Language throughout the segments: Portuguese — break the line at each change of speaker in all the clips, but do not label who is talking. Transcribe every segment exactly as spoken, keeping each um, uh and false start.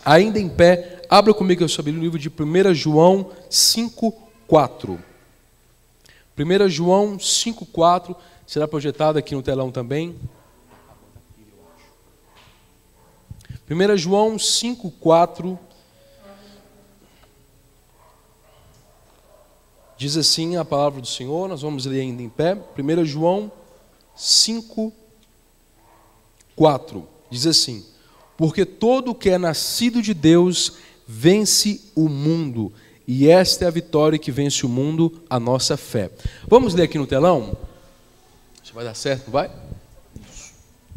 Ainda em pé, abra comigo a sua Bíblia, o livro de primeira João cinco, quatro. primeira João cinco, quatro, será projetado aqui no telão também. primeira João cinco, quatro. Diz assim a palavra do Senhor, nós vamos ler ainda em pé. primeira João cinco, quatro. Diz assim: porque todo o que é nascido de Deus vence o mundo, e esta é a vitória que vence o mundo, a nossa fé. Vamos ler aqui no telão? Isso vai dar certo, não vai? Isso.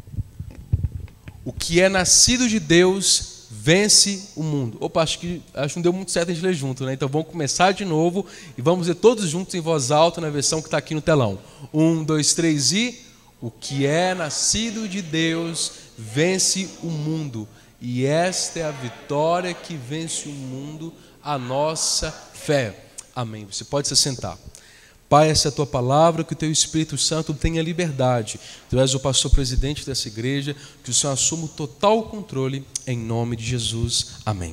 O que é nascido de Deus vence o mundo. Opa, acho que, acho que não deu muito certo a gente ler junto, né? Então vamos começar de novo e vamos ler todos juntos em voz alta na versão que está aqui no telão. Um, dois, três e... O que é nascido de Deus vence o mundo, e esta é a vitória que vence o mundo, a nossa fé. Amém. Você pode se sentar. Pai, essa é a tua palavra, que o teu Espírito Santo tenha liberdade. Tu és o pastor presidente dessa igreja, que o Senhor assuma o total controle, em nome de Jesus. Amém.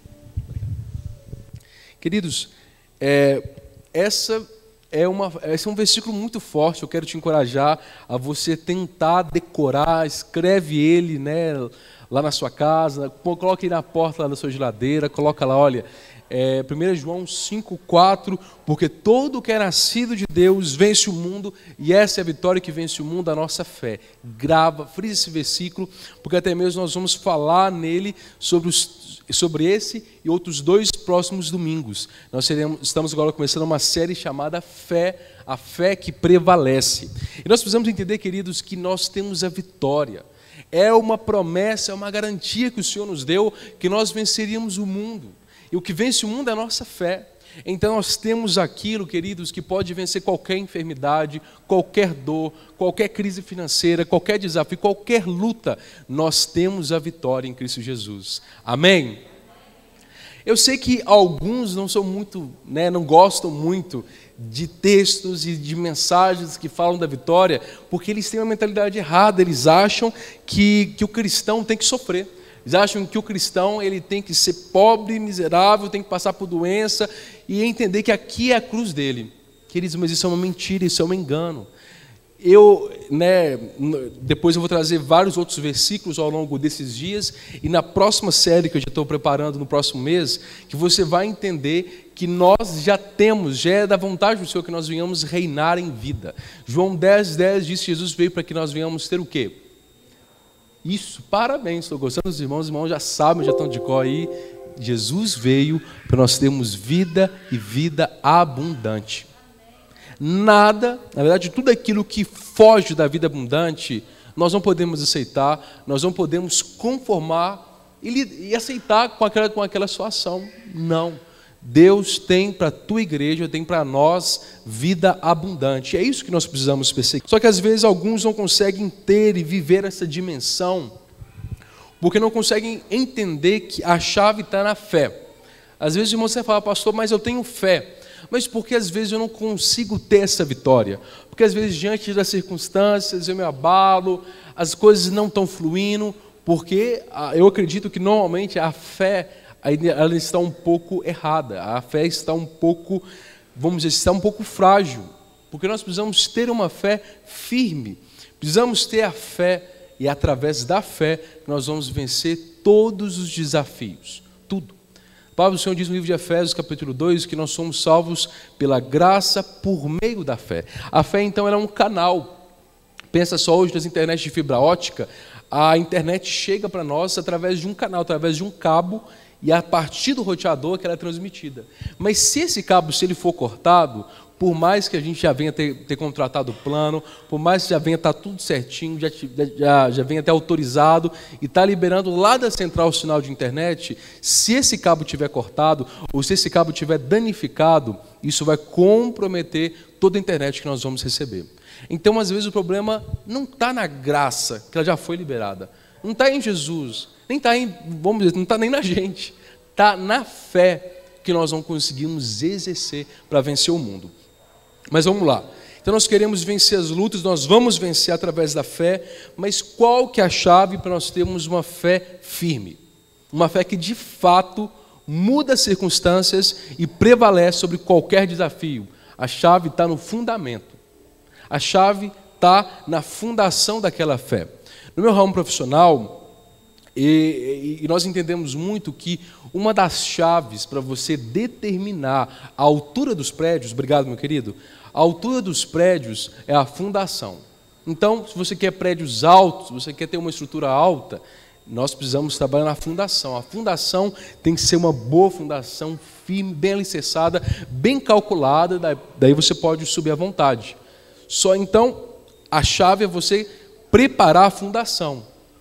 Queridos, é, essa... É uma, esse é um versículo muito forte. Eu quero te encorajar a você tentar decorar, escreve ele, né, lá na sua casa, coloca ele na porta lá da sua geladeira, coloca lá, olha, é, primeira João cinco, quatro, porque todo que é nascido de Deus vence o mundo, e essa é a vitória que vence o mundo, a nossa fé. Grava, frisa esse versículo, porque até mesmo nós vamos falar nele sobre, os, sobre esse e outros dois próximos domingos. Nós seremos, estamos agora começando uma série chamada Fé, a fé que prevalece. E nós precisamos entender, queridos, que nós temos a vitória. É uma promessa, é uma garantia que o Senhor nos deu, que nós venceríamos o mundo. E o que vence o mundo é a nossa fé. Então nós temos aquilo, queridos, que pode vencer qualquer enfermidade, qualquer dor, qualquer crise financeira, qualquer desafio, qualquer luta. Nós temos a vitória em Cristo Jesus. Amém? Eu sei que alguns não são muito, né, não gostam muito de textos e de mensagens que falam da vitória, porque eles têm uma mentalidade errada. Eles acham que, que o cristão tem que sofrer. Eles acham que o cristão ele tem que ser pobre, miserável, tem que passar por doença e entender que aqui é a cruz dele. Queridos, mas isso é uma mentira, isso é um engano. Eu, né, depois eu vou trazer vários outros versículos ao longo desses dias, e na próxima série que eu já estou preparando no próximo mês, que você vai entender que nós já temos, já é da vontade do Senhor que nós venhamos reinar em vida. João dez, dez diz que Jesus veio para que nós venhamos ter o quê? Isso, parabéns, estou gostando dos irmãos, os irmãos já sabem, já estão de cor aí. Jesus veio para nós termos vida e vida abundante. Nada, na verdade, tudo aquilo que foge da vida abundante, nós não podemos aceitar, nós não podemos conformar e, e aceitar com aquela, com aquela situação. Não. Deus tem para a tua igreja, tem para nós vida abundante. É isso que nós precisamos perseguir. Só que às vezes alguns não conseguem ter e viver essa dimensão, porque não conseguem entender que a chave está na fé. Às vezes o irmão você fala, pastor, mas eu tenho fé. Mas por que às vezes eu não consigo ter essa vitória? Porque às vezes diante das circunstâncias eu me abalo, as coisas não estão fluindo, porque eu acredito que normalmente a fé ela está um pouco errada, a fé está um pouco, vamos dizer, está um pouco frágil, porque nós precisamos ter uma fé firme, precisamos ter a fé, e através da fé nós vamos vencer todos os desafios, tudo. A palavra do Senhor diz no livro de Efésios, capítulo dois, que nós somos salvos pela graça por meio da fé. A fé, então, ela é um canal. Pensa só, hoje nas internet de fibra ótica, a internet chega para nós através de um canal, através de um cabo, e a partir do roteador que ela é transmitida. Mas se esse cabo, se ele for cortado, por mais que a gente já venha ter, ter contratado o plano, por mais que já venha estar tudo certinho, já, já, já venha até autorizado e está liberando lá da central o sinal de internet, se esse cabo estiver cortado ou se esse cabo estiver danificado, isso vai comprometer toda a internet que nós vamos receber. Então, às vezes, o problema não está na graça, que ela já foi liberada, não está em Jesus, nem está em, vamos dizer, não está nem na gente, está na fé que nós não conseguimos exercer para vencer o mundo. Mas vamos lá. Então nós queremos vencer as lutas, nós vamos vencer através da fé, mas qual que é a chave para nós termos uma fé firme? Uma fé que de fato muda as circunstâncias e prevalece sobre qualquer desafio. A chave está no fundamento. A chave está na fundação daquela fé. No meu ramo profissional, e, e nós entendemos muito que uma das chaves para você determinar a altura dos prédios, obrigado meu querido, a altura dos prédios é a fundação. Então, se você quer prédios altos, se você quer ter uma estrutura alta, nós precisamos trabalhar na fundação. A fundação tem que ser uma boa fundação, firme, bem alicerçada, bem calculada, daí você pode subir à vontade. Só então, a chave é você preparar a fundação.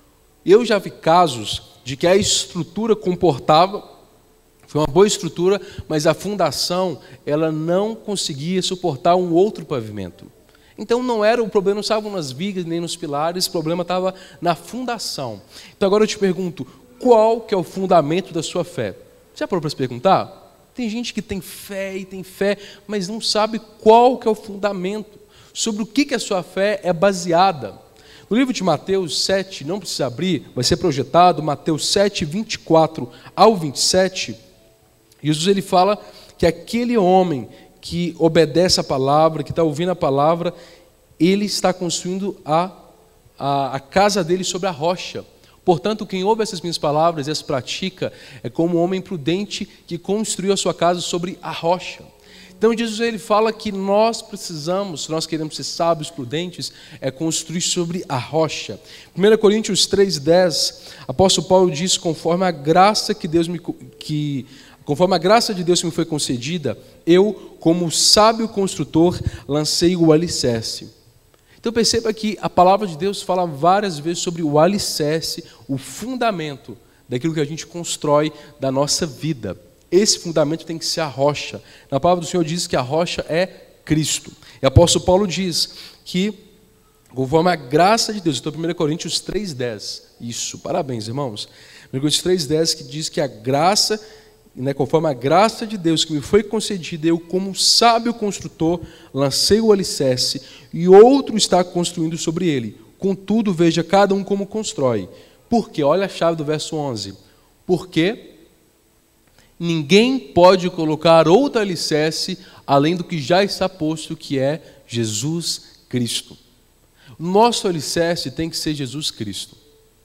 Eu já vi casos de que a estrutura comportava, foi uma boa estrutura, mas a fundação ela não conseguia suportar um outro pavimento. Então não era o problema, não estava nas vigas nem nos pilares, o problema estava na fundação. Então agora eu te pergunto, qual que é o fundamento da sua fé? Já parou para se perguntar? Tem gente que tem fé e tem fé, mas não sabe qual que é o fundamento, sobre o que, que a sua fé é baseada. No livro de Mateus sete, não precisa abrir, vai ser projetado, Mateus sete, vinte e quatro ao vinte e sete, Jesus ele fala que aquele homem que obedece a palavra, que está ouvindo a palavra, ele está construindo a, a, a casa dele sobre a rocha. Portanto, quem ouve essas minhas palavras e as pratica é como um homem prudente que construiu a sua casa sobre a rocha. Então Jesus ele fala que nós precisamos, se nós queremos ser sábios, prudentes, é construir sobre a rocha. primeira Coríntios três, dez, apóstolo Paulo diz, conforme a graça que Deus me... Que, Conforme a graça de Deus que me foi concedida, eu, como sábio construtor, lancei o alicerce. Então perceba que a palavra de Deus fala várias vezes sobre o alicerce, o fundamento daquilo que a gente constrói da nossa vida. Esse fundamento tem que ser a rocha. Na palavra do Senhor diz que a rocha é Cristo. E o apóstolo Paulo diz que, conforme a graça de Deus, então primeira Coríntios três, dez, isso, parabéns irmãos, primeira Coríntios três, dez, que diz que a graça... Né, conforme a graça de Deus que me foi concedida, eu, como sábio construtor, lancei o alicerce e outro está construindo sobre ele. Contudo, veja cada um como constrói. Por quê? Olha a chave do verso onze. Porque ninguém pode colocar outro alicerce além do que já está posto, que é Jesus Cristo. Nosso alicerce tem que ser Jesus Cristo.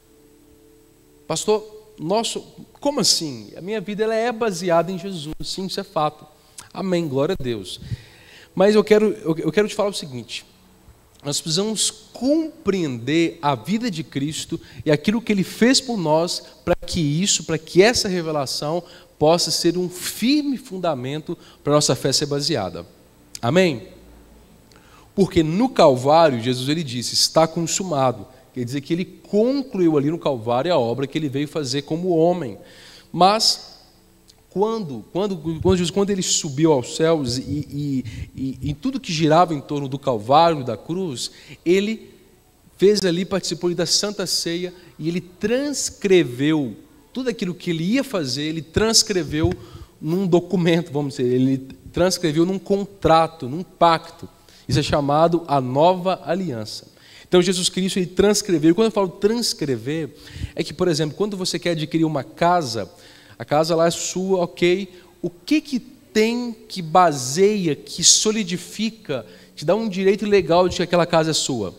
Pastor, Nosso, como assim? A minha vida ela é baseada em Jesus, sim, isso é fato. Amém, glória a Deus. Mas eu quero, eu, eu quero te falar o seguinte, nós precisamos compreender a vida de Cristo e aquilo que Ele fez por nós, para que isso, para que essa revelação possa ser um firme fundamento para a nossa fé ser baseada. Amém? Porque no Calvário, Jesus ele disse, está consumado. Quer dizer que ele concluiu ali no Calvário a obra que ele veio fazer como homem. Mas, quando, quando, quando, Jesus, quando ele subiu aos céus e, e, e, e tudo que girava em torno do Calvário, da cruz, ele fez ali, participou ali da Santa Ceia e ele transcreveu tudo aquilo que ele ia fazer, ele transcreveu num documento, vamos dizer, ele transcreveu num contrato, num pacto. Isso é chamado a Nova Aliança. Então Jesus Cristo ele transcreveu, e quando eu falo transcrever, é que, por exemplo, quando você quer adquirir uma casa, a casa lá é sua, ok, o que que tem que baseia, que solidifica, te dá um direito legal de que aquela casa é sua?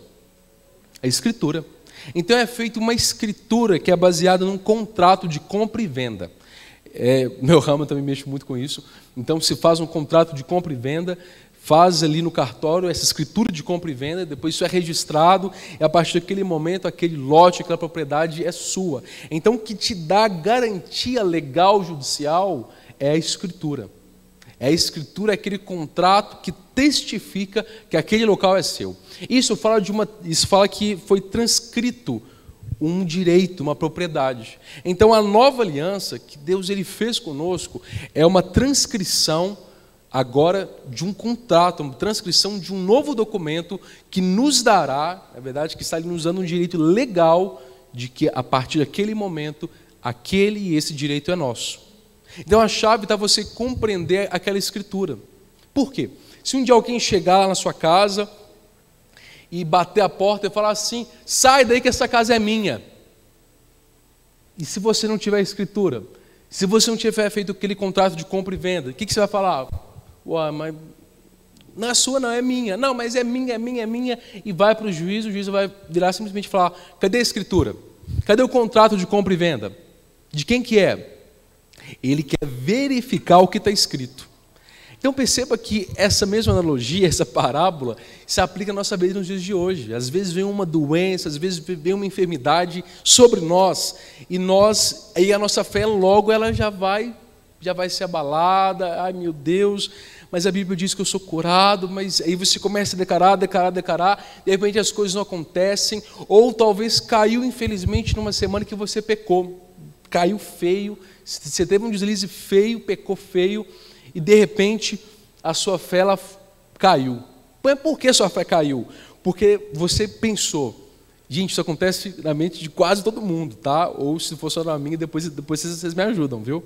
A escritura. Então é feita uma escritura que é baseada num contrato de compra e venda. É, meu ramo também mexe muito com isso, então se faz um contrato de compra e venda, faz ali no cartório essa escritura de compra e venda, depois isso é registrado, e a partir daquele momento, aquele lote, aquela propriedade é sua. Então, o que te dá garantia legal judicial é a escritura. É a escritura, é aquele contrato que testifica que aquele local é seu. Isso fala, de uma, isso fala que foi transcrito um direito, uma propriedade. Então, a nova aliança que Deus ele fez conosco é uma transcrição agora de um contrato, uma transcrição de um novo documento que nos dará, na verdade, que está nos dando um direito legal de que a partir daquele momento, aquele e esse direito é nosso. Então a chave está você compreender aquela escritura. Por quê? Se um dia alguém chegar lá na sua casa e bater a porta e falar assim, sai daí que essa casa é minha. E se você não tiver escritura? Se você não tiver feito aquele contrato de compra e venda, o que, que você vai falar? Ué, mas não é sua, não, é minha. Não, mas é minha, é minha, é minha. E vai para o juiz, o juiz vai virar simplesmente falar, cadê a escritura? Cadê o contrato de compra e venda? De quem que é? Ele quer verificar o que está escrito. Então perceba que essa mesma analogia, essa parábola, se aplica à nossa vida nos dias de hoje. Às vezes vem uma doença, às vezes vem uma enfermidade sobre nós, e nós, aí a nossa fé logo ela já vai, já vai ser abalada. Ai meu Deus, mas a Bíblia diz que eu sou curado, mas aí você começa a declarar, declarar, declarar, de repente as coisas não acontecem, ou talvez caiu infelizmente numa semana que você pecou, caiu feio, você teve um deslize feio, pecou feio, e de repente a sua fé ela caiu. Mas por que a sua fé caiu? Porque você pensou, gente, isso acontece na mente de quase todo mundo, tá? Ou se for só na minha, depois, depois vocês me ajudam, viu?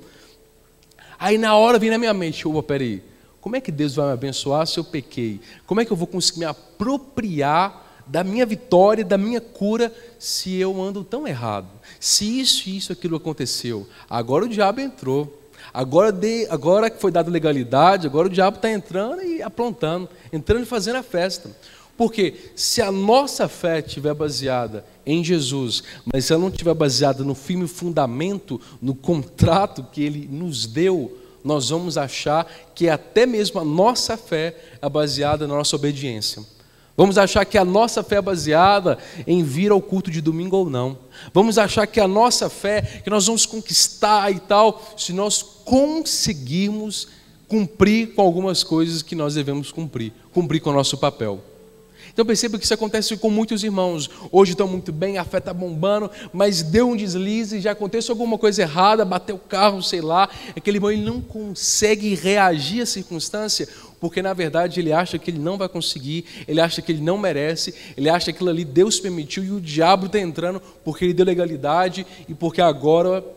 Aí na hora vem na minha mente, opa, peraí, como é que Deus vai me abençoar se eu pequei? Como é que eu vou conseguir me apropriar da minha vitória, da minha cura, se eu ando tão errado? Se isso e isso, aquilo aconteceu, agora o diabo entrou. Agora, de, agora que foi dada legalidade, agora o diabo está entrando e aprontando, entrando e fazendo a festa. Porque se a nossa fé estiver baseada em Jesus, mas se ela não estiver baseada no firme fundamento, no contrato que Ele nos deu, nós vamos achar que até mesmo a nossa fé é baseada na nossa obediência. Vamos achar que a nossa fé é baseada em vir ao culto de domingo ou não. Vamos achar que a nossa fé, que nós vamos conquistar e tal, se nós conseguirmos cumprir com algumas coisas que nós devemos cumprir, cumprir com o nosso papel. Então perceba que isso acontece com muitos irmãos. Hoje estão muito bem, a fé está bombando, mas deu um deslize, já aconteceu alguma coisa errada, bateu o carro, sei lá, aquele irmão ele não consegue reagir à circunstância, porque na verdade ele acha que ele não vai conseguir, ele acha que ele não merece, ele acha que aquilo ali Deus permitiu e o diabo está entrando porque ele deu legalidade e porque agora,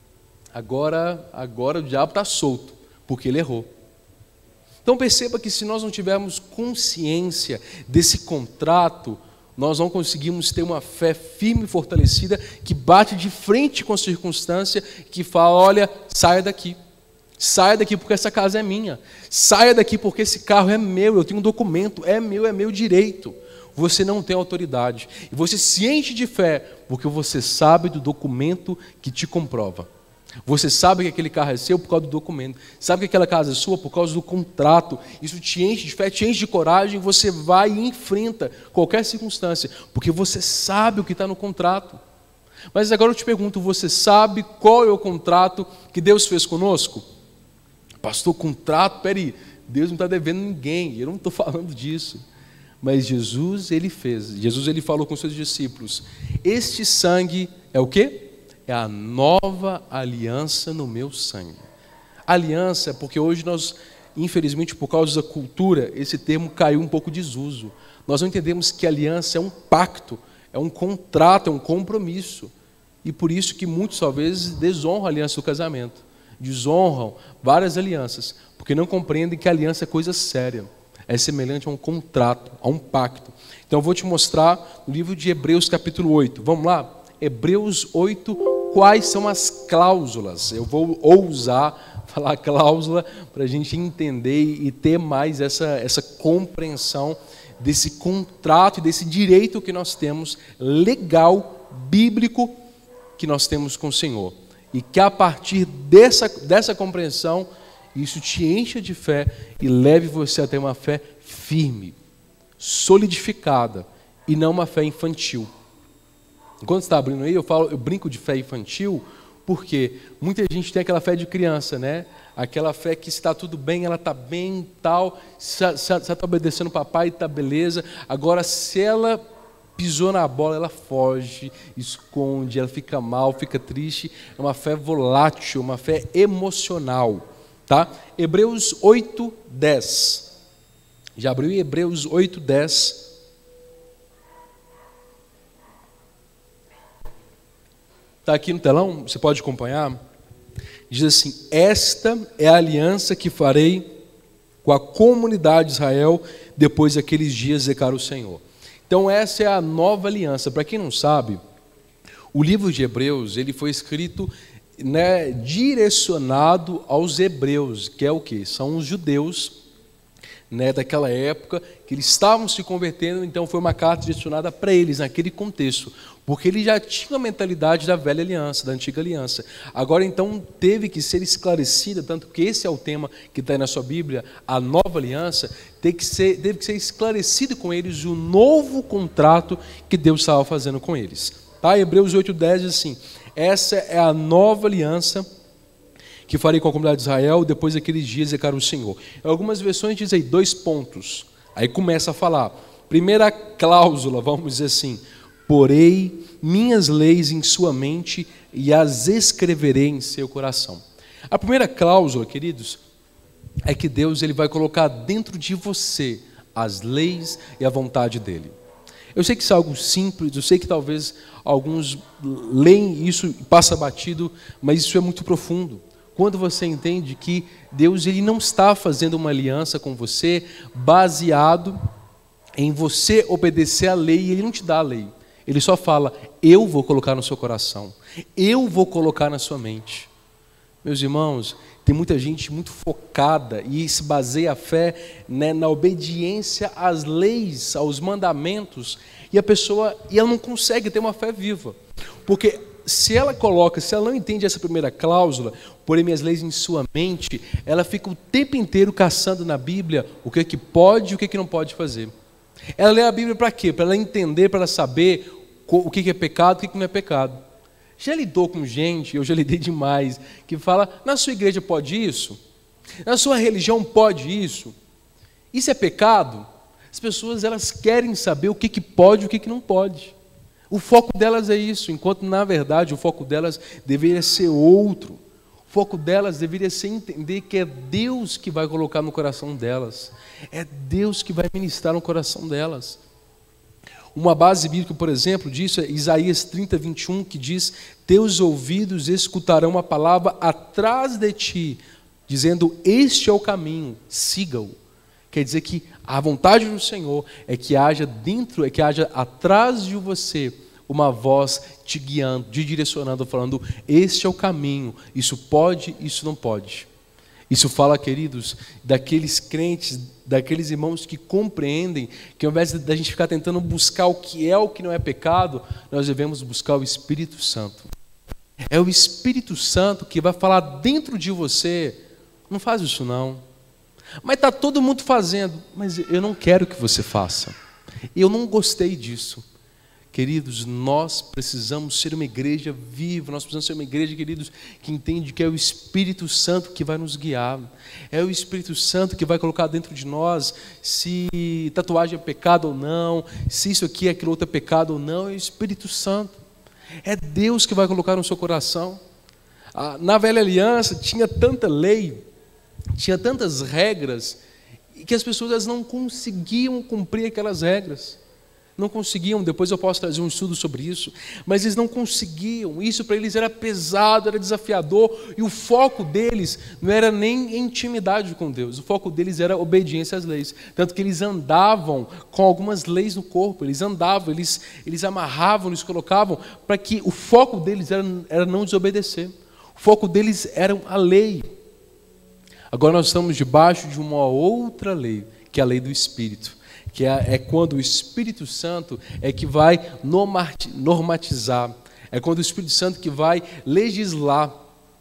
agora, agora o diabo está solto, porque ele errou. Então perceba que se nós não tivermos consciência desse contrato, nós não conseguimos ter uma fé firme e fortalecida que bate de frente com a circunstância, que fala, olha, saia daqui. Saia daqui porque essa casa é minha. Saia daqui porque esse carro é meu, eu tenho um documento, é meu, é meu direito. Você não tem autoridade. E você se enche de fé porque você sabe do documento que te comprova. Você sabe que aquele carro é seu por causa do documento. Sabe que aquela casa é sua por causa do contrato. Isso te enche de fé, te enche de coragem. Você vai e enfrenta qualquer circunstância, porque você sabe o que está no contrato. Mas agora eu te pergunto, você sabe qual é o contrato que Deus fez conosco? Pastor, contrato? Peraí, Deus não está devendo ninguém. Eu não estou falando disso. Mas Jesus, Ele fez. Jesus, Ele falou com seus discípulos. Este sangue é o quê? É a nova aliança no meu sangue. Aliança, porque hoje nós, infelizmente, por causa da cultura, esse termo caiu um pouco em desuso. Nós não entendemos que aliança é um pacto, é um contrato, é um compromisso. E por isso que muitos, às vezes, desonram a aliança do casamento. Desonram várias alianças, porque não compreendem que a aliança é coisa séria. É semelhante a um contrato, a um pacto. Então eu vou te mostrar no livro de Hebreus capítulo oito. Vamos lá? Hebreus oito, quais são as cláusulas? Eu vou ousar falar cláusula para a gente entender e ter mais essa, essa compreensão desse contrato e desse direito que nós temos, legal, bíblico, que nós temos com o Senhor. E que a partir dessa, dessa compreensão, isso te encha de fé e leve você a ter uma fé firme, solidificada, e não uma fé infantil. Enquanto está abrindo aí, eu falo, eu brinco de fé infantil, porque muita gente tem aquela fé de criança, né? Aquela fé que se está tudo bem, ela está bem e tal, se ela está obedecendo o papai, está beleza. Agora, se ela pisou na bola, ela foge, esconde, ela fica mal, fica triste. É uma fé volátil, uma fé emocional, tá? Hebreus oito, dez. Já abriu Hebreus oito, dez. Está aqui no telão, você pode acompanhar. Diz assim: esta é a aliança que farei com a comunidade de Israel depois daqueles dias, declara o Senhor. Então essa é a nova aliança. Para quem não sabe, O livro de Hebreus, ele foi escrito, né, direcionado aos hebreus, que é o quê? São os judeus, né, daquela época, que eles estavam se convertendo, então foi uma carta direcionada para eles, naquele contexto, porque eles já tinham a mentalidade da velha aliança, da antiga aliança. Agora, então, teve que ser esclarecida, tanto que esse é o tema que está aí na sua Bíblia, a nova aliança, teve que ser, teve que ser esclarecido com eles o novo contrato que Deus estava fazendo com eles. Tá? Hebreus oito, dez diz assim: essa é a nova aliança que farei com a comunidade de Israel depois daqueles dias, declara o Senhor. Em algumas versões diz aí dois pontos. Aí começa a falar. Primeira cláusula, vamos dizer assim: porei minhas leis em sua mente e as escreverei em seu coração. A primeira cláusula, queridos, é que Deus ele vai colocar dentro de você as leis e a vontade dele. Eu sei que isso é algo simples, eu sei que talvez alguns leem isso e passa batido, mas isso é muito profundo. Quando você entende que Deus ele não está fazendo uma aliança com você baseado em você obedecer a lei, e ele não te dá a lei. Ele só fala: eu vou colocar no seu coração, eu vou colocar na sua mente. Meus irmãos, tem muita gente muito focada e se baseia a fé, né, na obediência às leis, aos mandamentos, e a pessoa e ela não consegue ter uma fé viva. Porque se ela coloca, se ela não entende essa primeira cláusula, porém minhas leis em sua mente, ela fica o tempo inteiro caçando na Bíblia o que é que pode e o que é que não pode fazer. Ela lê a Bíblia para quê? Para ela entender, para ela saber o que é pecado e o que não é pecado. Já lidou com gente, eu já lidei demais, que fala: na sua igreja pode isso? Na sua religião pode isso? Isso é pecado? As pessoas elas querem saber o que, que pode e o que, que não pode. O foco delas é isso, enquanto na verdade o foco delas deveria ser outro. O foco delas deveria ser entender que é Deus que vai colocar no coração delas. É Deus que vai ministrar no coração delas. Uma base bíblica, por exemplo, disso é Isaías trinta, vinte e um, que diz: teus ouvidos escutarão a palavra atrás de ti, dizendo: este é o caminho, siga-o. Quer dizer que a vontade do Senhor é que haja dentro, é que haja atrás de você uma voz te guiando, te direcionando, falando: este é o caminho, isso pode, isso não pode. Isso fala, queridos, daqueles crentes, daqueles irmãos que compreendem que ao invés da gente ficar tentando buscar o que é o que não é pecado, nós devemos buscar o Espírito Santo. É o Espírito Santo que vai falar dentro de você: não faz isso não. Mas está todo mundo fazendo, mas eu não quero que você faça. Eu não gostei disso. Queridos, nós precisamos ser uma igreja viva, nós precisamos ser uma igreja, queridos, que entende que é o Espírito Santo que vai nos guiar. É o Espírito Santo que vai colocar dentro de nós se tatuagem é pecado ou não, se isso aqui é aquilo outro é pecado ou não. É o Espírito Santo. É Deus que vai colocar no seu coração. Na velha aliança tinha tanta lei, tinha tantas regras, que as pessoas não conseguiam cumprir aquelas regras. Não conseguiam, depois eu posso trazer um estudo sobre isso, mas eles não conseguiam, isso para eles era pesado, era desafiador, e o foco deles não era nem intimidade com Deus, o foco deles era obediência às leis, tanto que eles andavam com algumas leis no corpo, eles andavam, eles, eles amarravam, eles colocavam, para que o foco deles era, era não desobedecer, o foco deles era a lei. Agora nós estamos debaixo de uma outra lei, que é a lei do Espírito, que é, é quando o Espírito Santo é que vai normatizar, é quando o Espírito Santo que vai legislar,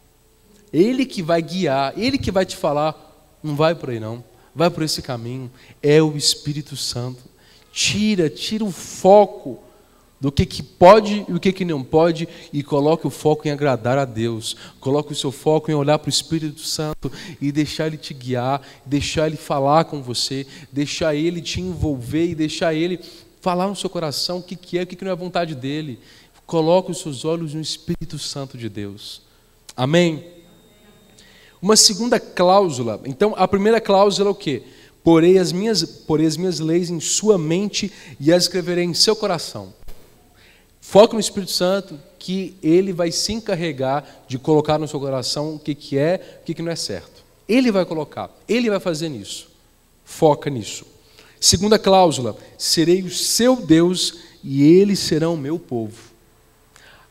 ele que vai guiar, ele que vai te falar: não vai por aí não, vai por esse caminho. É o Espírito Santo. Tira, tira o foco do que, que pode e o que, que não pode, e coloque o foco em agradar a Deus. Coloque o seu foco em olhar para o Espírito Santo e deixar Ele te guiar, deixar Ele falar com você, deixar Ele te envolver e deixar Ele falar no seu coração o que, que é e o que, que não é a vontade dEle. Coloque os seus olhos no Espírito Santo de Deus. Amém? Uma segunda cláusula. Então, a primeira cláusula é o quê? Porei as minhas, porei as minhas leis em sua mente e as escreverei em seu coração. Foque no Espírito Santo, que Ele vai se encarregar de colocar no seu coração o que, que é, o que, que não é certo. Ele vai colocar, Ele vai fazer nisso. Foca nisso. Segunda cláusula: serei o seu Deus e eles serão o meu povo.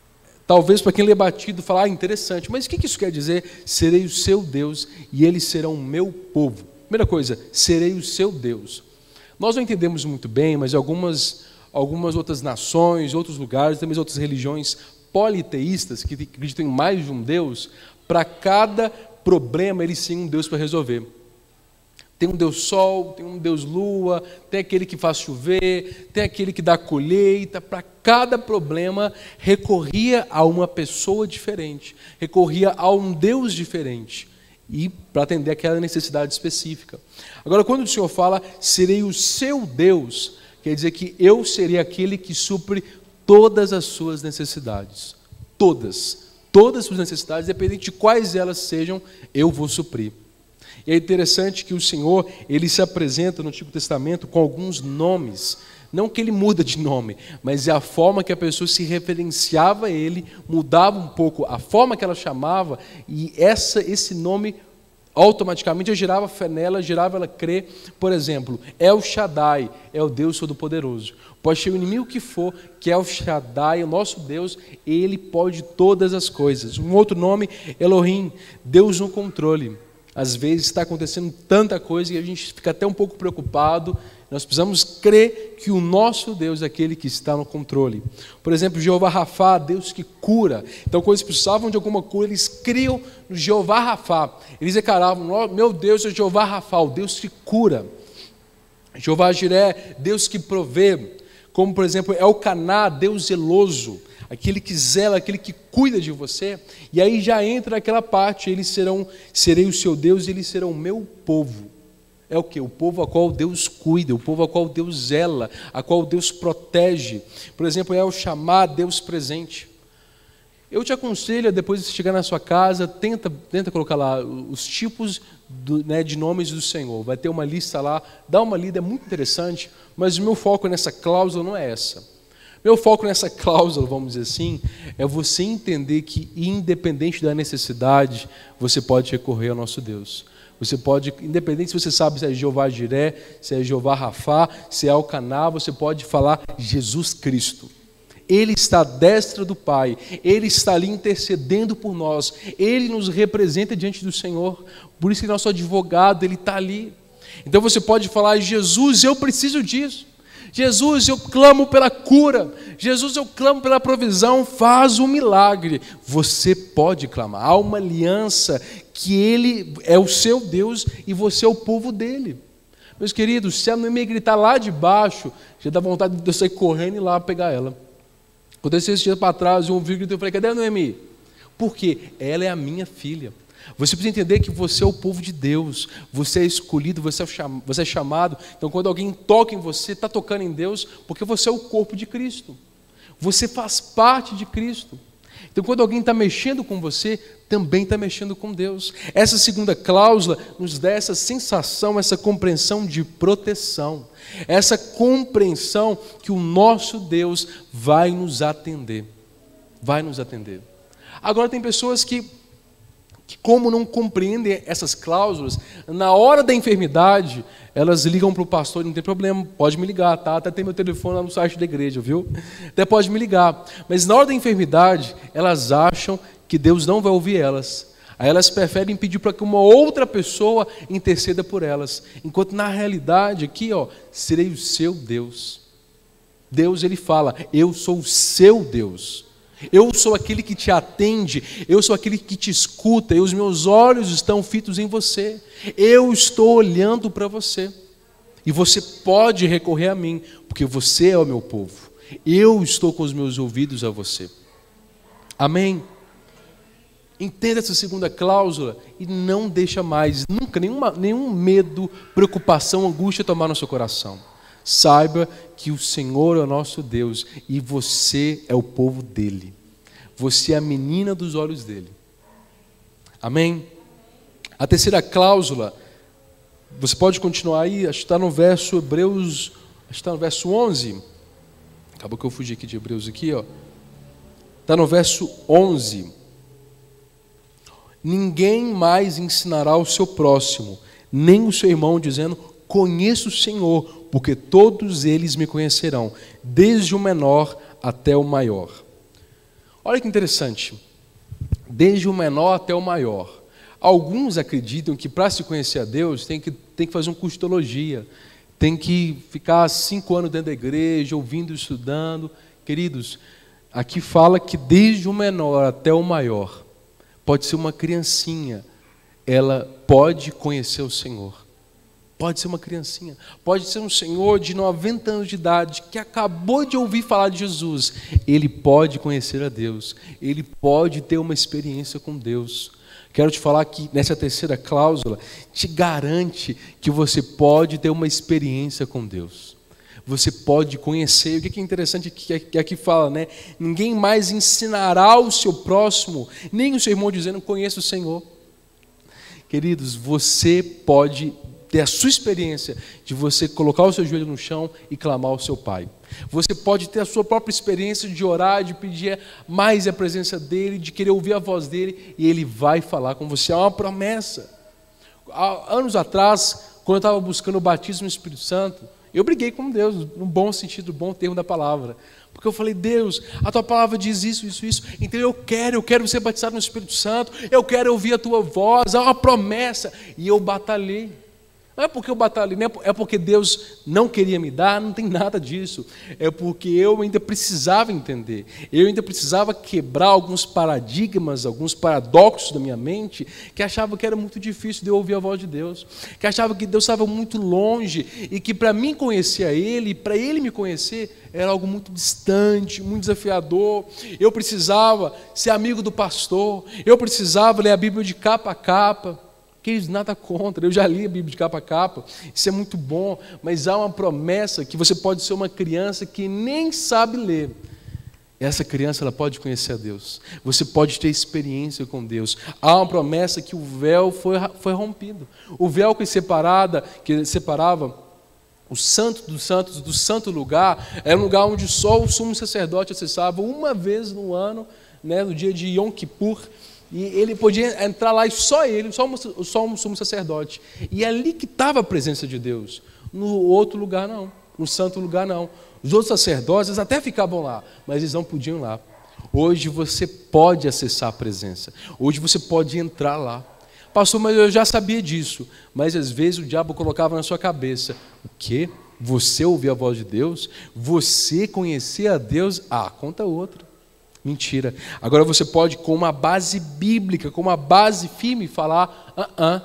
Talvez para quem lê batido, falar, ah, interessante, mas o que isso quer dizer? Serei o seu Deus e eles serão o meu povo. Primeira coisa, serei o seu Deus. Nós não entendemos muito bem, mas algumas, algumas outras nações, outros lugares, também outras religiões politeístas, que acreditam em mais de um Deus, para cada problema eles têm um Deus para resolver. Tem um Deus Sol, tem um Deus Lua, tem aquele que faz chover, tem aquele que dá colheita. Para cada problema, recorria a uma pessoa diferente, recorria a um Deus diferente, e para atender aquela necessidade específica. Agora, quando o Senhor fala, serei o seu Deus, quer dizer que eu serei aquele que supre todas as suas necessidades. Todas. Todas as suas necessidades, independente de quais elas sejam, eu vou suprir. E é interessante que o Senhor, ele se apresenta no Antigo Testamento com alguns nomes. Não que ele muda de nome, mas é a forma que a pessoa se referenciava a ele, mudava um pouco a forma que ela chamava, e essa, esse nome automaticamente gerava fé nela, gerava ela crer. Por exemplo, El Shaddai é o Deus Todo-Poderoso. Pode ser o inimigo que for, que El Shaddai, o nosso Deus, ele pode todas as coisas. Um outro nome, Elohim, Deus no controle. Às vezes está acontecendo tanta coisa e a gente fica até um pouco preocupado. Nós precisamos crer que o nosso Deus é aquele que está no controle. Por exemplo, Jeová Rafá, Deus que cura. Então, quando eles precisavam de alguma cura, eles criam no Jeová Rafá. Eles declaravam, meu Deus é Jeová Rafá, o Deus que cura. Jeová Jiré, Deus que provê. Como, por exemplo, Elcaná, Deus zeloso. Aquele que zela, aquele que cuida de você. E aí já entra aquela parte, eles serão, serei o seu Deus e eles serão o meu povo. É o que? O povo a qual Deus cuida, o povo a qual Deus zela, a qual Deus protege. Por exemplo, é o chamar Deus presente. Eu te aconselho, depois de chegar na sua casa, tenta, tenta colocar lá os tipos do, né, de nomes do Senhor. Vai ter uma lista lá, dá uma lida, é muito interessante, mas o meu foco nessa cláusula não é essa. Meu foco nessa cláusula, vamos dizer assim, é você entender que, independente da necessidade, você pode recorrer ao nosso Deus. Você pode, independente se você sabe se é Jeová Jiré, se é Jeová Rafá, se é Elcaná, você pode falar Jesus Cristo. Ele está à destra do Pai, Ele está ali intercedendo por nós, Ele nos representa diante do Senhor, por isso que nosso advogado, Ele está ali. Então você pode falar, Jesus, eu preciso disso. Jesus, eu clamo pela cura. Jesus, eu clamo pela provisão. Faz um milagre. Você pode clamar. Há uma aliança que Ele é o seu Deus e você é o povo dEle. Meus queridos, se a Noemi gritar lá de baixo, já dá vontade de eu sair correndo e ir lá pegar ela. Aconteceu esse dia para trás, eu ouvi o grito e eu falei, cadê a Noemi? Por quê? Ela é a minha filha. Você precisa entender que você é o povo de Deus, você é escolhido, você é, cham... você é chamado. Então, quando alguém toca em você, está tocando em Deus, porque você é o corpo de Cristo. Você faz parte de Cristo. Então, quando alguém está mexendo com você, também está mexendo com Deus. Essa segunda cláusula nos dá essa sensação, essa compreensão de proteção. Essa compreensão que o nosso Deus vai nos atender. Vai nos atender. Agora, tem pessoas que que como não compreendem essas cláusulas, na hora da enfermidade, elas ligam para o pastor, não tem problema, pode me ligar, tá? Até tem meu telefone lá no site da igreja, viu? Até pode me ligar. Mas na hora da enfermidade, elas acham que Deus não vai ouvir elas. Aí elas preferem pedir para que uma outra pessoa interceda por elas. Enquanto na realidade, aqui, ó, serei o seu Deus. Deus, ele fala, eu sou o seu Deus. Eu sou aquele que te atende, eu sou aquele que te escuta, e os meus olhos estão fitos em você. Eu estou olhando para você. E você pode recorrer a mim, porque você é o meu povo. Eu estou com os meus ouvidos a você. Amém? Entenda essa segunda cláusula e não deixa mais, nunca, nenhuma, nenhum medo, preocupação, angústia tomar no seu coração. Saiba que o Senhor é o nosso Deus e você é o povo dele. Você é a menina dos olhos dele. Amém? A terceira cláusula, você pode continuar aí, acho que está no verso Hebreus, acho que está no verso onze. Acabou que eu fugi aqui de Hebreus aqui, ó. Está no verso onze. Ninguém mais ensinará ao seu próximo, nem o seu irmão, dizendo, conheço o Senhor, porque todos eles me conhecerão, desde o menor até o maior. Olha que interessante. Desde o menor até o maior. Alguns acreditam que para se conhecer a Deus tem que, tem que fazer um curso de teologia, tem que ficar cinco anos dentro da igreja, ouvindo, estudando. Queridos, aqui fala que desde o menor até o maior, pode ser uma criancinha, ela pode conhecer o Senhor. Pode ser uma criancinha, pode ser um senhor de noventa anos de idade que acabou de ouvir falar de Jesus. Ele pode conhecer a Deus, ele pode ter uma experiência com Deus. Quero te falar que nessa terceira cláusula te garante que você pode ter uma experiência com Deus. Você pode conhecer. O que é interessante que aqui fala, né? Ninguém mais ensinará o seu próximo, nem o seu irmão dizendo conheça o Senhor. Queridos, você pode ter a sua experiência de você colocar o seu joelho no chão e clamar ao seu Pai. Você pode ter a sua própria experiência de orar, de pedir mais a presença dEle, de querer ouvir a voz dEle, e Ele vai falar com você. É uma promessa. Há anos atrás, quando eu estava buscando o batismo no Espírito Santo, eu briguei com Deus, no bom sentido, no bom termo da palavra. Porque eu falei, Deus, a Tua palavra diz isso, isso, isso, então eu quero, eu quero ser batizado no Espírito Santo, eu quero ouvir a Tua voz, há uma promessa. E eu batalhei. Não é porque eu batalhei, é porque Deus não queria me dar, não tem nada disso. É porque eu ainda precisava entender. Eu ainda precisava quebrar alguns paradigmas, alguns paradoxos da minha mente, que achava que era muito difícil de eu ouvir a voz de Deus. Que achava que Deus estava muito longe e que para mim conhecer a Ele, para Ele me conhecer, era algo muito distante, muito desafiador. Eu precisava ser amigo do pastor, eu precisava ler a Bíblia de capa a capa. Queridos, nada contra, eu já li a Bíblia de capa a capa, isso é muito bom, mas há uma promessa que você pode ser uma criança que nem sabe ler. Essa criança ela pode conhecer a Deus, você pode ter experiência com Deus. Há uma promessa que o véu foi, foi rompido. O véu que, separada, que separava o santo dos santos do santo lugar, era um lugar onde só o sumo sacerdote acessava uma vez no ano, né, no dia de Yom Kippur. E ele podia entrar lá e só ele, só um, só um sumo sacerdote. E é ali que estava a presença de Deus. No outro lugar não, no santo lugar não. Os outros sacerdotes eles até ficavam lá, mas eles não podiam ir lá. Hoje você pode acessar a presença. Hoje você pode entrar lá. Pastor, mas eu já sabia disso. Mas às vezes o diabo colocava na sua cabeça: o quê? Você ouvir a voz de Deus? Você conhecer a Deus? Ah, conta outra. Mentira. Agora você pode, com uma base bíblica, com uma base firme, falar: ah, ah,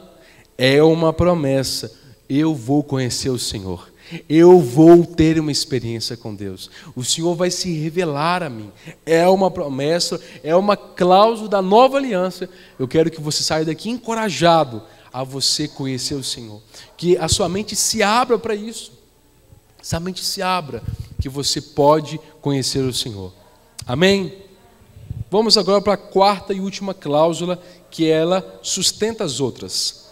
é uma promessa, eu vou conhecer o Senhor, eu vou ter uma experiência com Deus, o Senhor vai se revelar a mim. É uma promessa, é uma cláusula da nova aliança. Eu quero que você saia daqui encorajado a você conhecer o Senhor, que a sua mente se abra para isso, sua mente se abra, que você pode conhecer o Senhor. Amém? Vamos agora para a quarta e última cláusula, que ela sustenta as outras.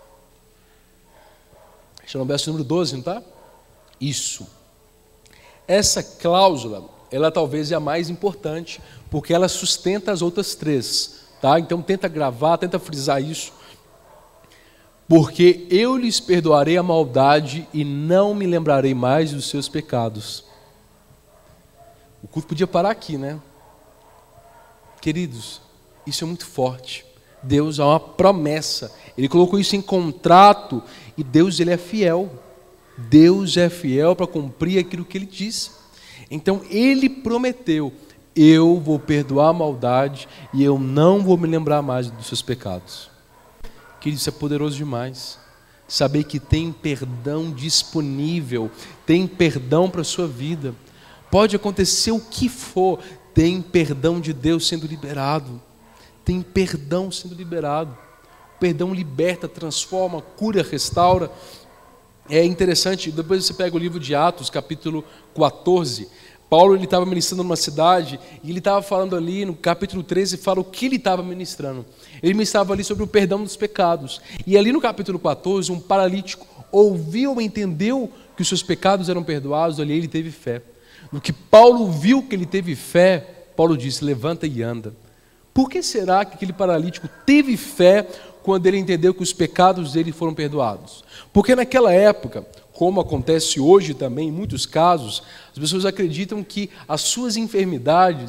Está no verso número doze, não está? Isso. Essa cláusula, ela talvez é a mais importante, porque ela sustenta as outras três. Tá? Então tenta gravar, tenta frisar isso. Porque eu lhes perdoarei a maldade e não me lembrarei mais dos seus pecados. O culto podia parar aqui, né? Queridos, isso é muito forte. Deus é uma promessa. Ele colocou isso em contrato e Deus ele é fiel. Deus é fiel para cumprir aquilo que Ele disse. Então Ele prometeu: eu vou perdoar a maldade e eu não vou me lembrar mais dos seus pecados. Queridos, isso é poderoso demais. Saber que tem perdão disponível, tem perdão para a sua vida. Pode acontecer o que for, tem perdão de Deus sendo liberado. Tem perdão sendo liberado. O perdão liberta, transforma, cura, restaura. É interessante, depois você pega o livro de Atos, capítulo quatorze. Paulo ele estava ministrando numa cidade e ele estava falando ali no capítulo treze, fala o que ele estava ministrando. Ele ministrava ali sobre o perdão dos pecados. E ali no capítulo quatorze, um paralítico ouviu ou entendeu que os seus pecados eram perdoados, ali ele teve fé. No que Paulo viu que ele teve fé, Paulo disse: levanta e anda. Por que será que aquele paralítico teve fé quando ele entendeu que os pecados dele foram perdoados? Porque naquela época, como acontece hoje também em muitos casos, as pessoas acreditam que as suas enfermidades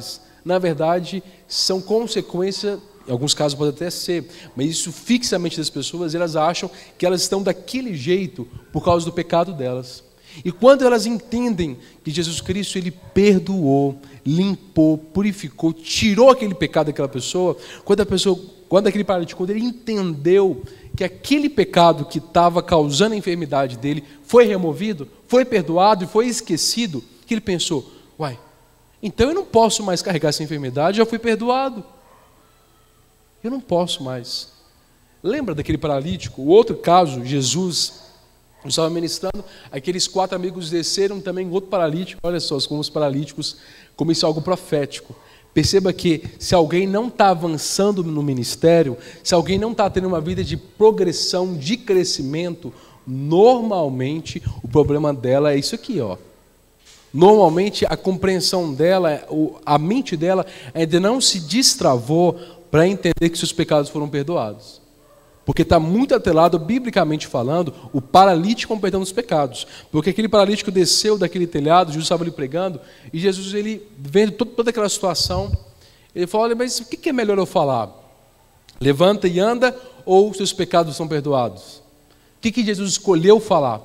na verdade, são consequência, em alguns casos pode até ser, mas isso fixa a mente das pessoas, elas acham que elas estão daquele jeito por causa do pecado delas. E quando elas entendem que Jesus Cristo, Ele perdoou, limpou, purificou, tirou aquele pecado daquela pessoa, quando a pessoa, quando aquele paralítico, quando ele entendeu que aquele pecado que estava causando a enfermidade dele foi removido, foi perdoado e foi esquecido, que ele pensou, uai, então eu não posso mais carregar essa enfermidade, já fui perdoado. Eu não posso mais. Lembra daquele paralítico? O outro caso, Jesus estava ministrando, aqueles quatro amigos desceram também, outro paralítico, olha só, como os paralíticos, como isso é algo profético. Perceba que se alguém não está avançando no ministério, se alguém não está tendo uma vida de progressão, de crescimento, normalmente o problema dela é isso aqui, ó. Normalmente a compreensão dela, a mente dela ainda não se destravou para entender que seus pecados foram perdoados. Porque está muito atrelado, biblicamente falando, o paralítico com o perdão dos pecados. Porque aquele paralítico desceu daquele telhado, Jesus estava ali pregando, e Jesus, ele vendo toda aquela situação, ele falou, olha, mas o que é melhor eu falar? Levanta e anda, ou seus pecados são perdoados? O que, que Jesus escolheu falar?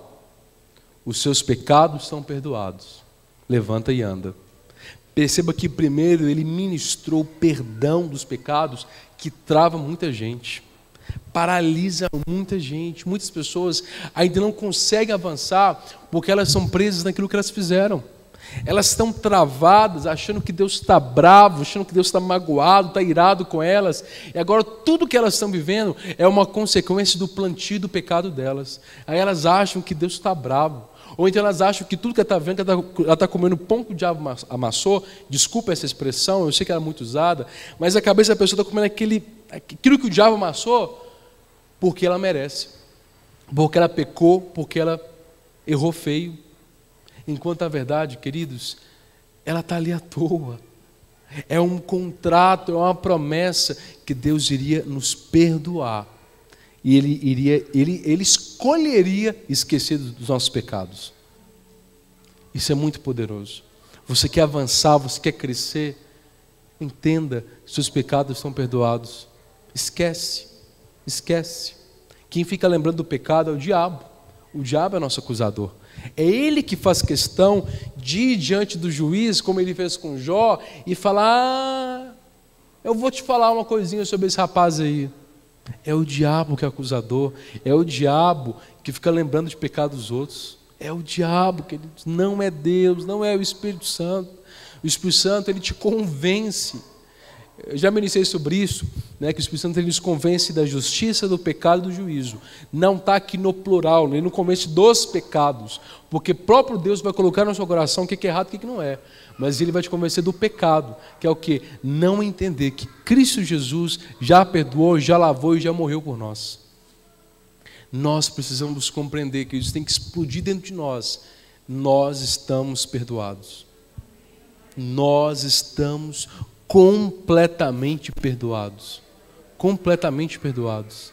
Os seus pecados são perdoados. Levanta e anda. Perceba que primeiro ele ministrou o perdão dos pecados, que trava muita gente. Paralisa muita gente, muitas pessoas ainda não conseguem avançar porque elas são presas naquilo que elas fizeram. Elas estão travadas, achando que Deus está bravo, achando que Deus está magoado, está irado com elas, e agora tudo que elas estão vivendo é uma consequência do plantio do pecado delas. Aí elas acham que Deus está bravo, ou então elas acham que tudo que ela está vendo, que ela está comendo pão que o diabo amassou, desculpa essa expressão, eu sei que ela é muito usada, mas a cabeça da pessoa está comendo aquele, aquilo que o diabo amassou, porque ela merece, porque ela pecou, porque ela errou feio. Enquanto a verdade, queridos, ela está ali à toa. É um contrato, é uma promessa que Deus iria nos perdoar. E Ele, iria, ele, ele escolheria esquecer dos nossos pecados. Isso é muito poderoso. Você quer avançar, você quer crescer, entenda que seus pecados são perdoados. Esquece. Esquece. Quem fica lembrando do pecado é o diabo. O diabo é nosso acusador. É ele que faz questão de ir diante do juiz, como ele fez com Jó, e falar, ah, eu vou te falar uma coisinha sobre esse rapaz aí. É o diabo que é acusador, é o diabo que fica lembrando de pecado dos outros. É o diabo, queridos, não é Deus, não é o Espírito Santo. O Espírito Santo, ele te convence. Eu já ministrei sobre isso, né, que o Espírito Santo ele nos convence da justiça, do pecado e do juízo. Não está aqui no plural, ele não convence dos pecados, porque próprio Deus vai colocar no seu coração o que é errado e o que não é. Mas ele vai te convencer do pecado, que é o quê? Não entender que Cristo Jesus já perdoou, já lavou e já morreu por nós. Nós precisamos compreender que isso tem que explodir dentro de nós. Nós estamos perdoados. Nós estamos completamente perdoados. Completamente perdoados.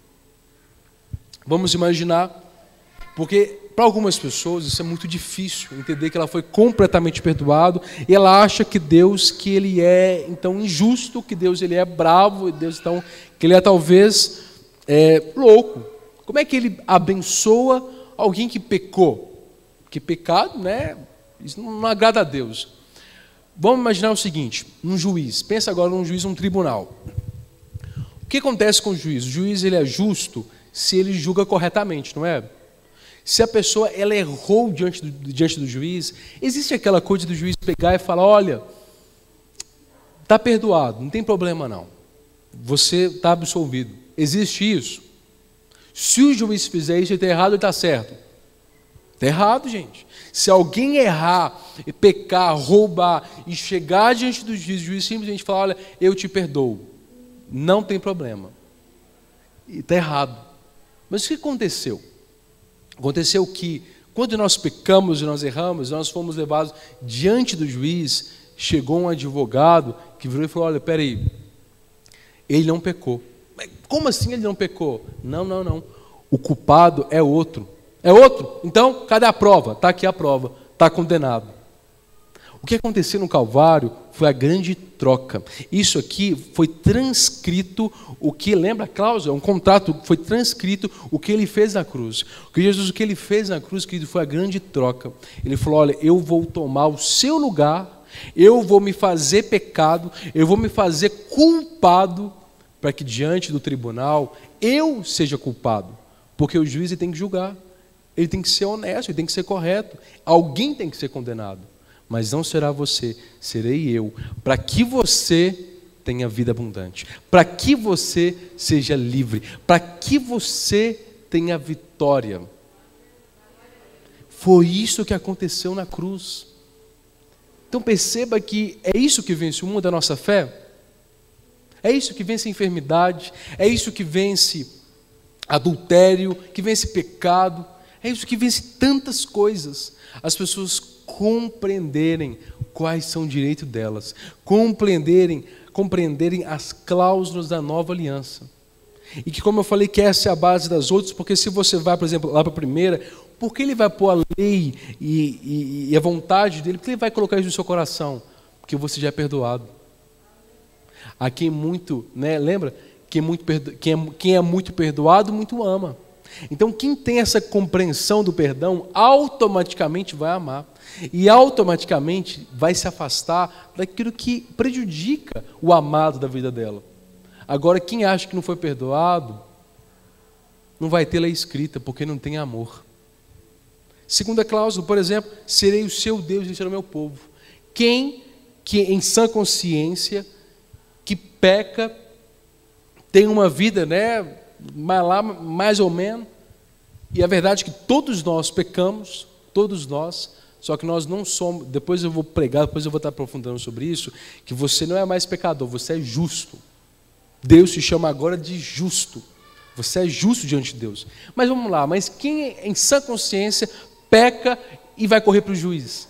Vamos imaginar, porque para algumas pessoas isso é muito difícil, entender que ela foi completamente perdoado, e ela acha que Deus, que ele é então injusto, que Deus ele é bravo, Deus então, que ele é talvez é, louco. Como é que ele abençoa alguém que pecou? Que pecado, né? Isso não agrada a Deus. Vamos imaginar o seguinte, um juiz, pensa agora num juiz, um tribunal. O que acontece com o juiz? O juiz ele é justo se ele julga corretamente, não é? Se a pessoa ela errou diante do, diante do juiz, existe aquela coisa do juiz pegar e falar, olha, está perdoado, não tem problema não, você está absolvido. Existe isso? Se o juiz fizer isso, ele está errado ou está certo? Está errado, gente. Se alguém errar, pecar, roubar e chegar diante do juiz, o juiz simplesmente falar, olha, eu te perdoo, não tem problema. Está errado. Mas o que aconteceu? Aconteceu que, quando nós pecamos e nós erramos, nós fomos levados diante do juiz, chegou um advogado que virou e falou, olha, peraí, ele não pecou. Como assim ele não pecou? Não, não, não. O culpado é outro. É outro? Então, cadê a prova? Está aqui a prova. Está condenado. O que aconteceu no Calvário foi a grande troca. Isso aqui foi transcrito, o que, lembra a cláusula? Um contrato, foi transcrito o que ele fez na cruz. O que Jesus, o que ele fez na cruz, querido, foi a grande troca. Ele falou, olha, eu vou tomar o seu lugar, eu vou me fazer pecado, eu vou me fazer culpado, para que diante do tribunal eu seja culpado. Porque o juiz ele tem que julgar, ele tem que ser honesto, ele tem que ser correto. Alguém tem que ser condenado. Mas não será você, serei eu, para que você tenha vida abundante, para que você seja livre, para que você tenha vitória. Foi isso que aconteceu na cruz. Então perceba que é isso que vence o mundo da nossa fé, é isso que vence a enfermidade, é isso que vence adultério, que vence pecado, é isso que vence tantas coisas. As pessoas compreenderem quais são o direito delas, compreenderem, compreenderem as cláusulas da nova aliança. E que, como eu falei, que essa é a base das outras, porque se você vai, por exemplo, lá para a primeira, por que ele vai pôr a lei e, e, e a vontade dele? Por que ele vai colocar isso no seu coração? Porque você já é perdoado. A quem muito, né, lembra? Quem, muito perdo... quem, é, quem é muito perdoado, muito ama. Então, quem tem essa compreensão do perdão, automaticamente vai amar. E automaticamente vai se afastar daquilo que prejudica o amado da vida dela. Agora, quem acha que não foi perdoado, não vai ter lei escrita, porque não tem amor. Segunda cláusula, por exemplo, serei o seu Deus e será o meu povo. Quem que em sã consciência, que peca, tem uma vida, né, mais, lá, mais ou menos, e a verdade é que todos nós pecamos, todos nós, só que nós não somos, depois eu vou pregar, depois eu vou estar aprofundando sobre isso, que você não é mais pecador, você é justo. Deus te chama agora de justo. Você é justo diante de Deus. Mas vamos lá, mas quem em sã consciência peca e vai correr para o juiz?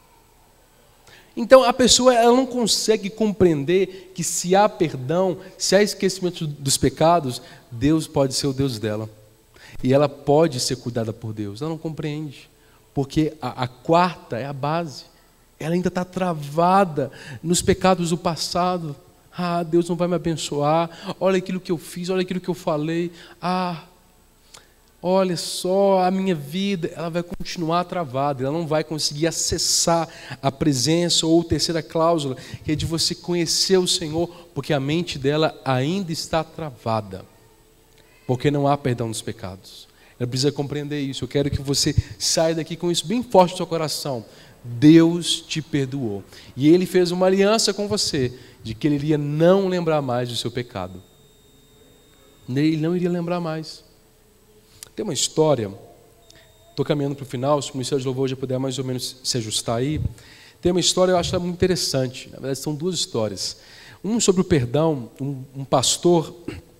Então a pessoa ela não consegue compreender que se há perdão, se há esquecimento dos pecados, Deus pode ser o Deus dela. E ela pode ser cuidada por Deus. Ela não compreende. Porque a, a quarta é a base. Ela ainda está travada nos pecados do passado. Ah, Deus não vai me abençoar. Olha aquilo que eu fiz, olha aquilo que eu falei. Ah, olha só a minha vida. Ela vai continuar travada. Ela não vai conseguir acessar a presença ou a terceira cláusula, que é de você conhecer o Senhor, porque a mente dela ainda está travada. Porque não há perdão dos pecados. Ela precisa compreender isso. Eu quero que você saia daqui com isso bem forte no seu coração. Deus te perdoou. E Ele fez uma aliança com você, de que Ele iria não lembrar mais do seu pecado. Ele não iria lembrar mais. Tem uma história, estou caminhando para o final, se o Ministério de Louvor já puder mais ou menos se ajustar aí. Tem uma história, eu acho ela muito interessante. Na verdade, são duas histórias. Um sobre o perdão, um, um pastor,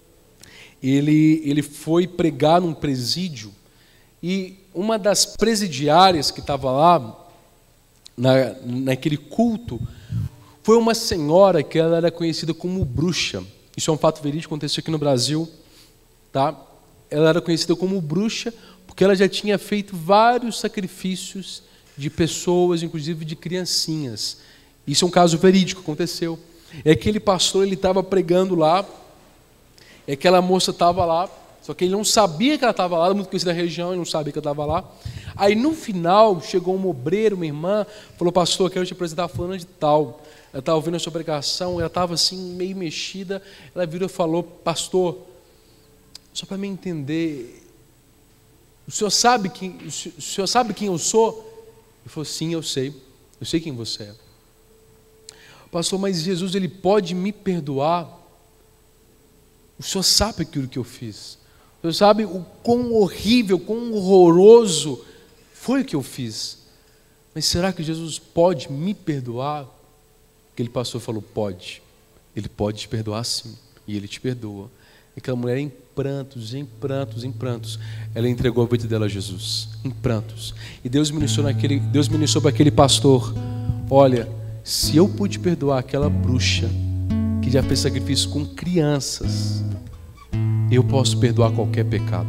ele, ele foi pregar num presídio, e uma das presidiárias que estava lá, na, naquele culto, foi uma senhora que ela era conhecida como bruxa. Isso é um fato verídico, aconteceu aqui no Brasil. Tá? Ela era conhecida como bruxa porque ela já tinha feito vários sacrifícios de pessoas, inclusive de criancinhas. Isso é um caso verídico, aconteceu. É aquele pastor, ele estava pregando lá, e aquela moça estava lá, só que ele não sabia que ela estava lá, muito conhecida da região, ele não sabia que ela estava lá. Aí no final, chegou uma obreira, uma irmã, falou, pastor, eu quero te apresentar a fulana de tal. Ela estava ouvindo a sua pregação, ela estava assim, meio mexida, ela virou e falou, pastor, só para me entender, o senhor sabe quem, o senhor sabe quem eu sou? Ele falou, sim, eu sei, eu sei quem você é. Pastor, mas Jesus, Ele pode me perdoar? O senhor sabe aquilo que eu fiz. O senhor sabe o quão horrível, quão horroroso foi o que eu fiz. Mas será que Jesus pode me perdoar? Aquele pastor falou, pode. Ele pode te perdoar sim. E Ele te perdoa. E aquela mulher em prantos, em prantos, em prantos, ela entregou a vida dela a Jesus. Em prantos. E Deus ministrou, naquele, Deus ministrou para aquele pastor, olha, se eu pude perdoar aquela bruxa que já fez sacrifício com crianças, eu posso perdoar qualquer pecado.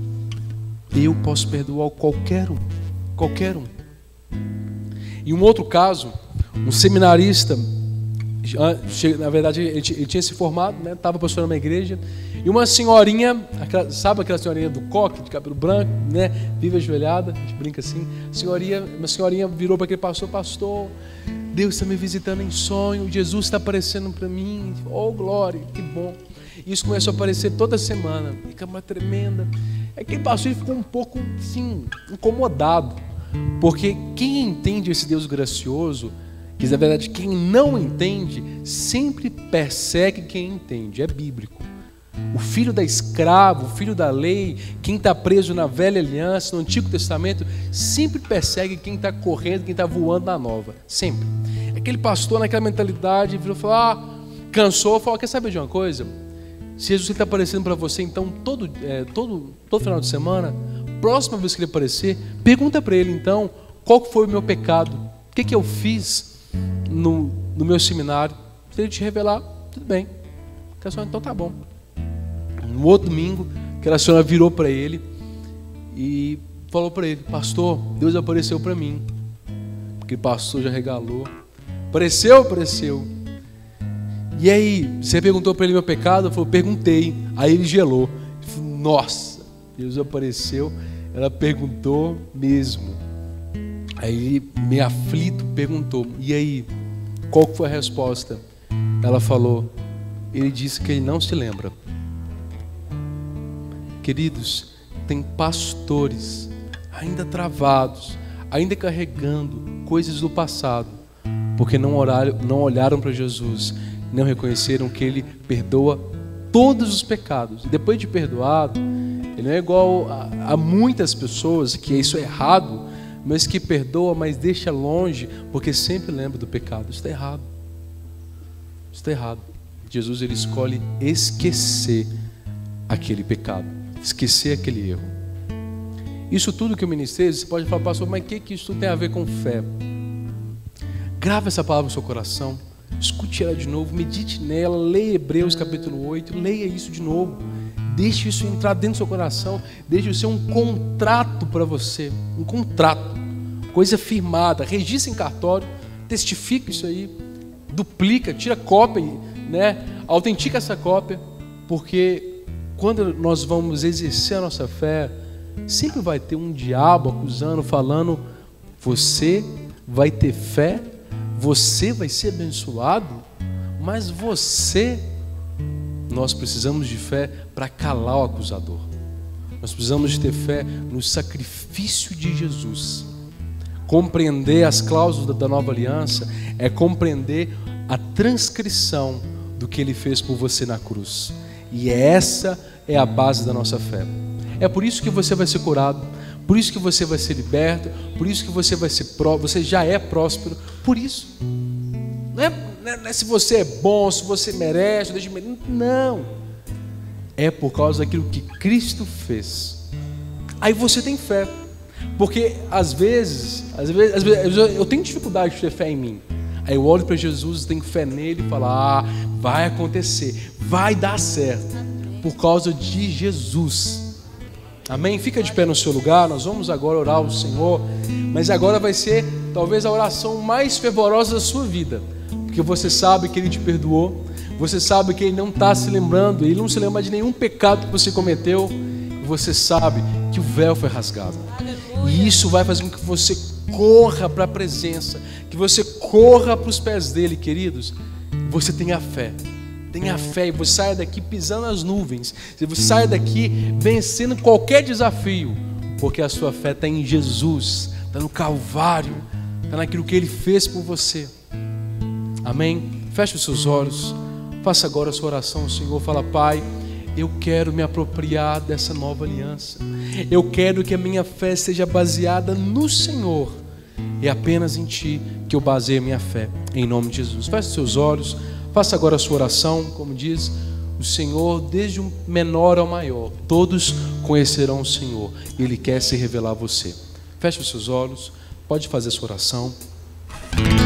Eu posso perdoar qualquer um. Qualquer um. E um outro caso, um seminarista, na verdade ele tinha se formado, né? Estava pastorando uma igreja, e uma senhorinha, aquela, sabe aquela senhorinha do coque, de cabelo branco, né? Vive ajoelhada, a gente brinca assim. Senhorinha, uma senhorinha virou para aquele pastor: pastor, Deus está me visitando em sonho, Jesus está aparecendo para mim. Oh, glória, que bom. Isso começou a aparecer toda semana, fica uma tremenda. Aquele pastor ficou um pouco assim, incomodado, porque quem entende esse Deus gracioso, que na verdade quem não entende, sempre persegue quem entende, é bíblico. O filho da escrava, o filho da lei, quem está preso na velha aliança, no Antigo Testamento, sempre persegue quem está correndo, quem está voando na nova, sempre. Aquele pastor naquela mentalidade virou e falou: ah, cansou, falou: quer saber de uma coisa? Se Jesus está aparecendo para você, então todo, é, todo, todo final de semana, próxima vez que ele aparecer, pergunta para ele então qual foi o meu pecado, o que, que eu fiz no, no meu seminário. Se ele te revelar, tudo bem, então tá bom. No outro domingo, aquela senhora virou para ele e falou para ele: pastor, Deus apareceu para mim. Porque o pastor já regalou. Apareceu, apareceu. E aí, você perguntou para ele meu pecado? Eu falei: perguntei. Aí ele gelou. Ele falou: nossa, Deus apareceu. Ela perguntou mesmo. Aí ele, meio aflito, perguntou: e aí, qual foi a resposta? Ela falou: ele disse que ele não se lembra. Queridos, tem pastores ainda travados, ainda carregando coisas do passado, porque não oraram, não olharam para Jesus, não reconheceram que Ele perdoa todos os pecados. E depois de perdoado, Ele não é igual a, a muitas pessoas, que isso é errado, mas que perdoa, mas deixa longe, porque sempre lembra do pecado. Isso está errado. Isso está errado. Jesus, Ele escolhe esquecer aquele pecado, esquecer aquele erro. Isso tudo que eu ministrei, você pode falar: pastor, mas o que, que isso tem a ver com fé? Grava essa palavra no seu coração, escute ela de novo, medite nela, leia Hebreus capítulo oito, leia isso de novo, deixe isso entrar dentro do seu coração, deixe isso ser um contrato para você, um contrato, coisa firmada, registra em cartório, testifica isso aí, duplica, tira cópia, né? Autentica essa cópia, porque quando nós vamos exercer a nossa fé, sempre vai ter um diabo acusando, falando: você vai ter fé, você vai ser abençoado, mas você... Nós precisamos de fé para calar o acusador. Nós precisamos de ter fé no sacrifício de Jesus. Compreender as cláusulas da nova aliança é compreender a transcrição do que Ele fez por você na cruz. E essa é a base da nossa fé. É por isso que você vai ser curado, por isso que você vai ser liberto, por isso que você vai ser pró, você já é próspero, por isso. Não é, não é se você é bom, se você merece, não. É por causa daquilo que Cristo fez. Aí você tem fé. Porque às vezes, às vezes, às vezes eu tenho dificuldade de ter fé em mim. Aí eu olho para Jesus, tenho fé nele e falo: ah, vai acontecer, vai dar certo, por causa de Jesus. Amém? Fica de pé no seu lugar, nós vamos agora orar ao Senhor, mas agora vai ser talvez a oração mais fervorosa da sua vida, porque você sabe que Ele te perdoou, você sabe que Ele não está se lembrando, Ele não se lembra de nenhum pecado que você cometeu, e você sabe que o véu foi rasgado. E isso vai fazer com que você corra para a presença, que você corra para os pés dele, queridos. Você tenha fé, tenha fé, e você saia daqui pisando nas nuvens, você saia daqui vencendo qualquer desafio, porque a sua fé está em Jesus, está no Calvário, está naquilo que Ele fez por você. Amém? Feche os seus olhos, faça agora a sua oração ao Senhor. Fala: Pai, eu quero me apropriar dessa nova aliança. Eu quero que a minha fé seja baseada no Senhor. É apenas em Ti que eu baseio a minha fé. Em nome de Jesus. Feche os seus olhos. Faça agora a sua oração. Como diz o Senhor, desde o menor ao maior, todos conhecerão o Senhor. Ele quer se revelar a você. Feche os seus olhos. Pode fazer a sua oração.